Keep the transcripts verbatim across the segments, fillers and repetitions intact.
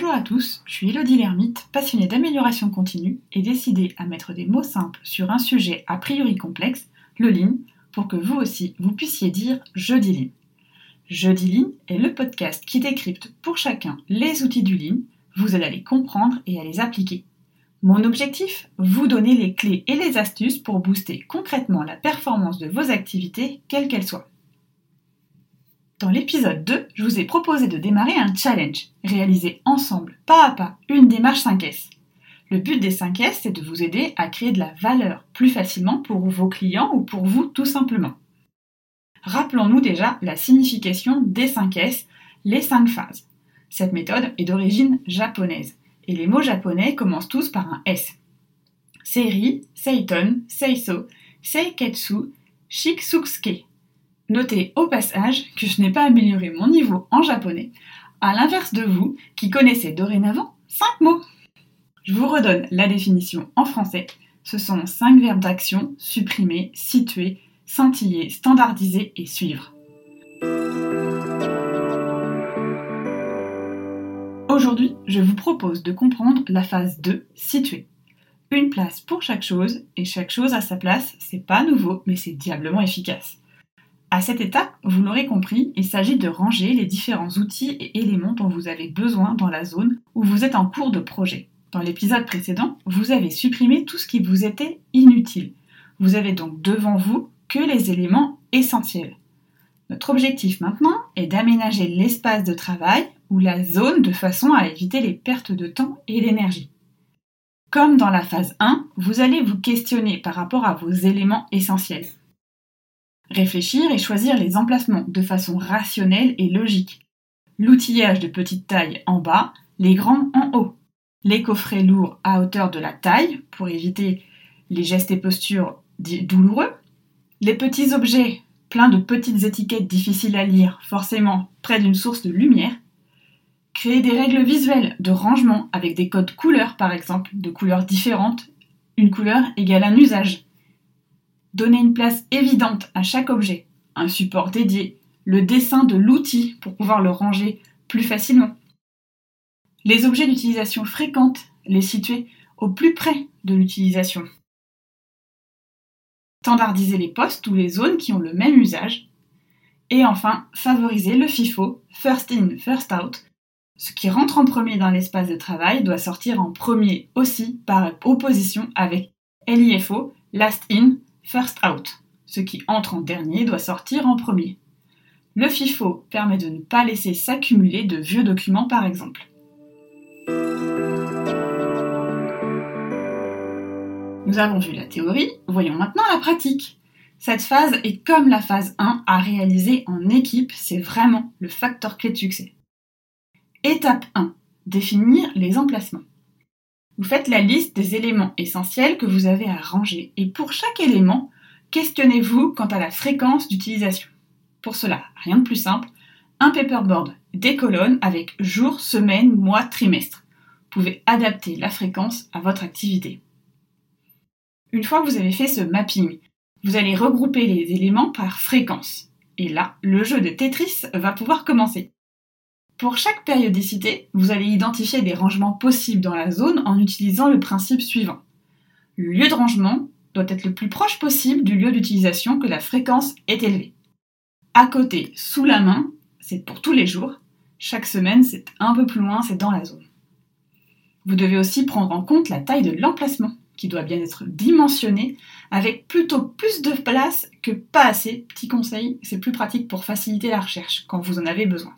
Bonjour à tous, je suis Elodie Lermite, passionnée d'amélioration continue et décidée à mettre des mots simples sur un sujet a priori complexe, le Lean, pour que vous aussi vous puissiez dire « Je dis Lean ». Je dis Lean est le podcast qui décrypte pour chacun les outils du Lean, vous allez les comprendre et à les appliquer. Mon objectif, vous donner les clés et les astuces pour booster concrètement la performance de vos activités, quelles qu'elles soient. Dans l'épisode deux, je vous ai proposé de démarrer un challenge, réaliser ensemble, pas à pas, une démarche cinq S. Le but des cinq S, c'est de vous aider à créer de la valeur plus facilement pour vos clients ou pour vous tout simplement. Rappelons-nous déjà la signification des cinq S, les cinq phases. Cette méthode est d'origine japonaise, et les mots japonais commencent tous par un S. Seiri, Seiton, Seiso, Seiketsu, Shiksuke. Notez au passage que je n'ai pas amélioré mon niveau en japonais, à l'inverse de vous qui connaissez dorénavant cinq mots. Je vous redonne la définition en français. Ce sont cinq verbes d'action: supprimer, situer, scintiller, standardiser et suivre. Aujourd'hui, je vous propose de comprendre la phase deux, situer. Une place pour chaque chose, et chaque chose à sa place, c'est pas nouveau, mais c'est diablement efficace. À cette étape, vous l'aurez compris, il s'agit de ranger les différents outils et éléments dont vous avez besoin dans la zone où vous êtes en cours de projet. Dans l'épisode précédent, vous avez supprimé tout ce qui vous était inutile. Vous avez donc devant vous que les éléments essentiels. Notre objectif maintenant est d'aménager l'espace de travail ou la zone de façon à éviter les pertes de temps et d'énergie. Comme dans la phase un, vous allez vous questionner par rapport à vos éléments essentiels. Réfléchir et choisir les emplacements de façon rationnelle et logique. L'outillage de petite taille en bas, les grands en haut. Les coffrets lourds à hauteur de la taille pour éviter les gestes et postures douloureux. Les petits objets pleins de petites étiquettes difficiles à lire, forcément près d'une source de lumière. Créer des règles visuelles de rangement avec des codes couleurs par exemple, de couleurs différentes. Une couleur égale un usage. Donner une place évidente à chaque objet, un support dédié, le dessin de l'outil pour pouvoir le ranger plus facilement. Les objets d'utilisation fréquente, les situer au plus près de l'utilisation. Standardiser les postes ou les zones qui ont le même usage. Et enfin, favoriser le FIFO, First In, First Out. Ce qui rentre en premier dans l'espace de travail doit sortir en premier aussi par opposition avec LIFO, Last In, First Out. Ce qui entre en dernier doit sortir en premier. Le FIFO permet de ne pas laisser s'accumuler de vieux documents par exemple. Nous avons vu la théorie, voyons maintenant la pratique. Cette phase est comme la phase un à réaliser en équipe, c'est vraiment le facteur clé de succès. Étape un. Définir les emplacements. Vous faites la liste des éléments essentiels que vous avez à ranger et pour chaque élément, questionnez-vous quant à la fréquence d'utilisation. Pour cela, rien de plus simple, un paperboard, des colonnes avec jour, semaine, mois, trimestre. Vous pouvez adapter la fréquence à votre activité. Une fois que vous avez fait ce mapping, vous allez regrouper les éléments par fréquence. Et là, le jeu de Tetris va pouvoir commencer. Pour chaque périodicité, vous allez identifier des rangements possibles dans la zone en utilisant le principe suivant. Le lieu de rangement doit être le plus proche possible du lieu d'utilisation que la fréquence est élevée. À côté, sous la main, c'est pour tous les jours. Chaque semaine, c'est un peu plus loin, c'est dans la zone. Vous devez aussi prendre en compte la taille de l'emplacement, qui doit bien être dimensionné, avec plutôt plus de place que pas assez. Petit conseil, c'est plus pratique pour faciliter la recherche quand vous en avez besoin.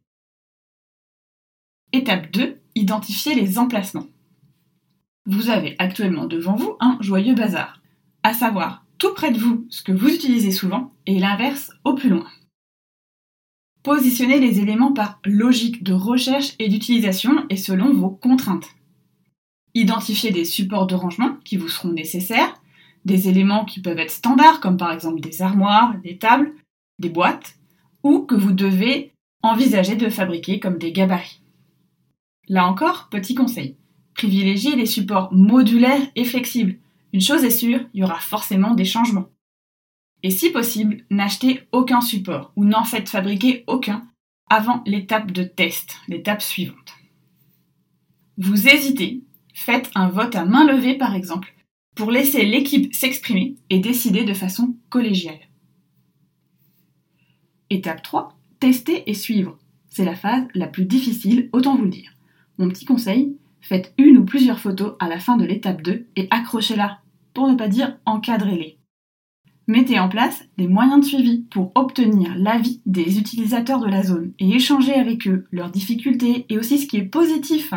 Étape deux, identifier les emplacements. Vous avez actuellement devant vous un joyeux bazar, à savoir tout près de vous ce que vous utilisez souvent et l'inverse au plus loin. Positionnez les éléments par logique de recherche et d'utilisation et selon vos contraintes. Identifiez des supports de rangement qui vous seront nécessaires, des éléments qui peuvent être standards comme par exemple des armoires, des tables, des boîtes, ou que vous devez envisager de fabriquer comme des gabarits. Là encore, petit conseil, privilégiez les supports modulaires et flexibles. Une chose est sûre, il y aura forcément des changements. Et si possible, n'achetez aucun support ou n'en faites fabriquer aucun avant l'étape de test, l'étape suivante. vous hésitez, faites un vote à main levée par exemple, pour laisser l'équipe s'exprimer et décider de façon collégiale. Étape trois, tester et suivre. C'est la phase la plus difficile, autant vous le dire. Mon petit conseil, faites une ou plusieurs photos à la fin de l'étape deux et accrochez-la, pour ne pas dire encadrez-les. Mettez en place des moyens de suivi pour obtenir l'avis des utilisateurs de la zone et échanger avec eux leurs difficultés et aussi ce qui est positif.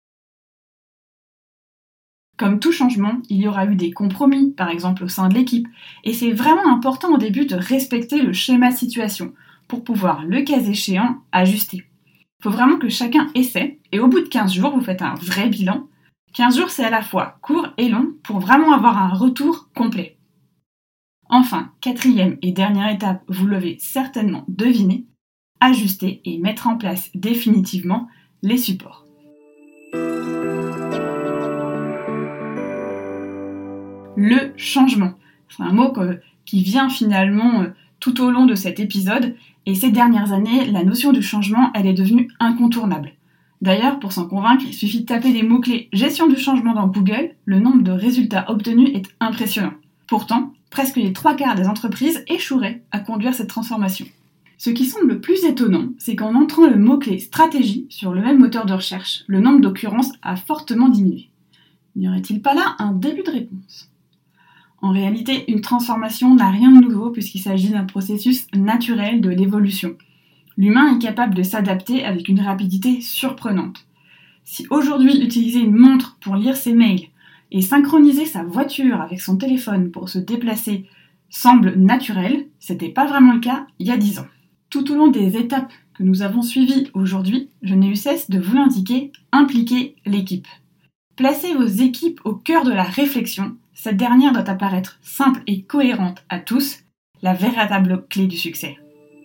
Comme tout changement, il y aura eu des compromis, par exemple au sein de l'équipe, et c'est vraiment important au début de respecter le schéma de situation pour pouvoir, le cas échéant, ajuster. Il faut vraiment que chacun essaie, et au bout de quinze jours, vous faites un vrai bilan. quinze jours, c'est à la fois court et long pour vraiment avoir un retour complet. Enfin, quatrième et dernière étape, vous l'avez certainement deviné, ajuster et mettre en place définitivement les supports. Le changement, c'est un mot que, qui vient finalement euh, tout au long de cet épisode, et ces dernières années, la notion du changement, elle est devenue incontournable. D'ailleurs, pour s'en convaincre, il suffit de taper les mots-clés « gestion du changement » dans Google, le nombre de résultats obtenus est impressionnant. Pourtant, presque les trois quarts des entreprises échoueraient à conduire cette transformation. Ce qui semble le plus étonnant, c'est qu'en entrant le mot-clé « stratégie » sur le même moteur de recherche, le nombre d'occurrences a fortement diminué. N'y aurait-il pas là un début de réponse ? En réalité, une transformation n'a rien de nouveau puisqu'il s'agit d'un processus naturel de l'évolution. L'humain est capable de s'adapter avec une rapidité surprenante. Si aujourd'hui utiliser une montre pour lire ses mails et synchroniser sa voiture avec son téléphone pour se déplacer semble naturel, c'était pas vraiment le cas il y a dix ans. Tout au long des étapes que nous avons suivies aujourd'hui, je n'ai eu cesse de vous l'indiquer, impliquez l'équipe. Placez vos équipes au cœur de la réflexion. Cette dernière doit apparaître simple et cohérente à tous, la véritable clé du succès.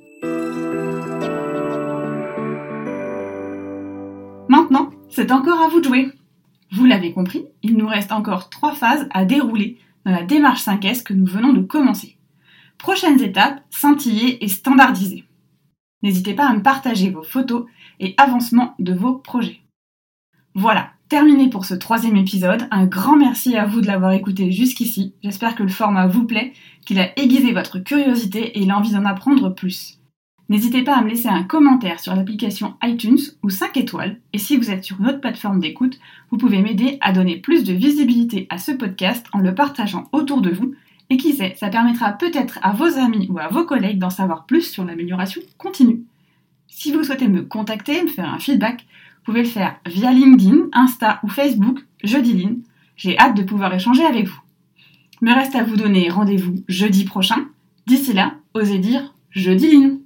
Maintenant, c'est encore à vous de jouer. Vous l'avez compris, il nous reste encore trois phases à dérouler dans la démarche cinq S que nous venons de commencer. Prochaines étapes, scintiller et standardiser. N'hésitez pas à me partager vos photos et avancements de vos projets. Voilà. Terminé pour ce troisième épisode. Un grand merci à vous de l'avoir écouté jusqu'ici. J'espère que le format vous plaît, qu'il a aiguisé votre curiosité et l'envie d'en apprendre plus. N'hésitez pas à me laisser un commentaire sur l'application iTunes ou cinq étoiles. Et si vous êtes sur une autre plateforme d'écoute, vous pouvez m'aider à donner plus de visibilité à ce podcast en le partageant autour de vous. Et qui sait, ça permettra peut-être à vos amis ou à vos collègues d'en savoir plus sur l'amélioration continue. Si vous souhaitez me contacter, me faire un feedback, vous pouvez le faire via LinkedIn, Insta ou Facebook, Jeudi Lean. J'ai hâte de pouvoir échanger avec vous. Me reste à vous donner rendez-vous jeudi prochain. D'ici là, osez dire Jeudi Lean.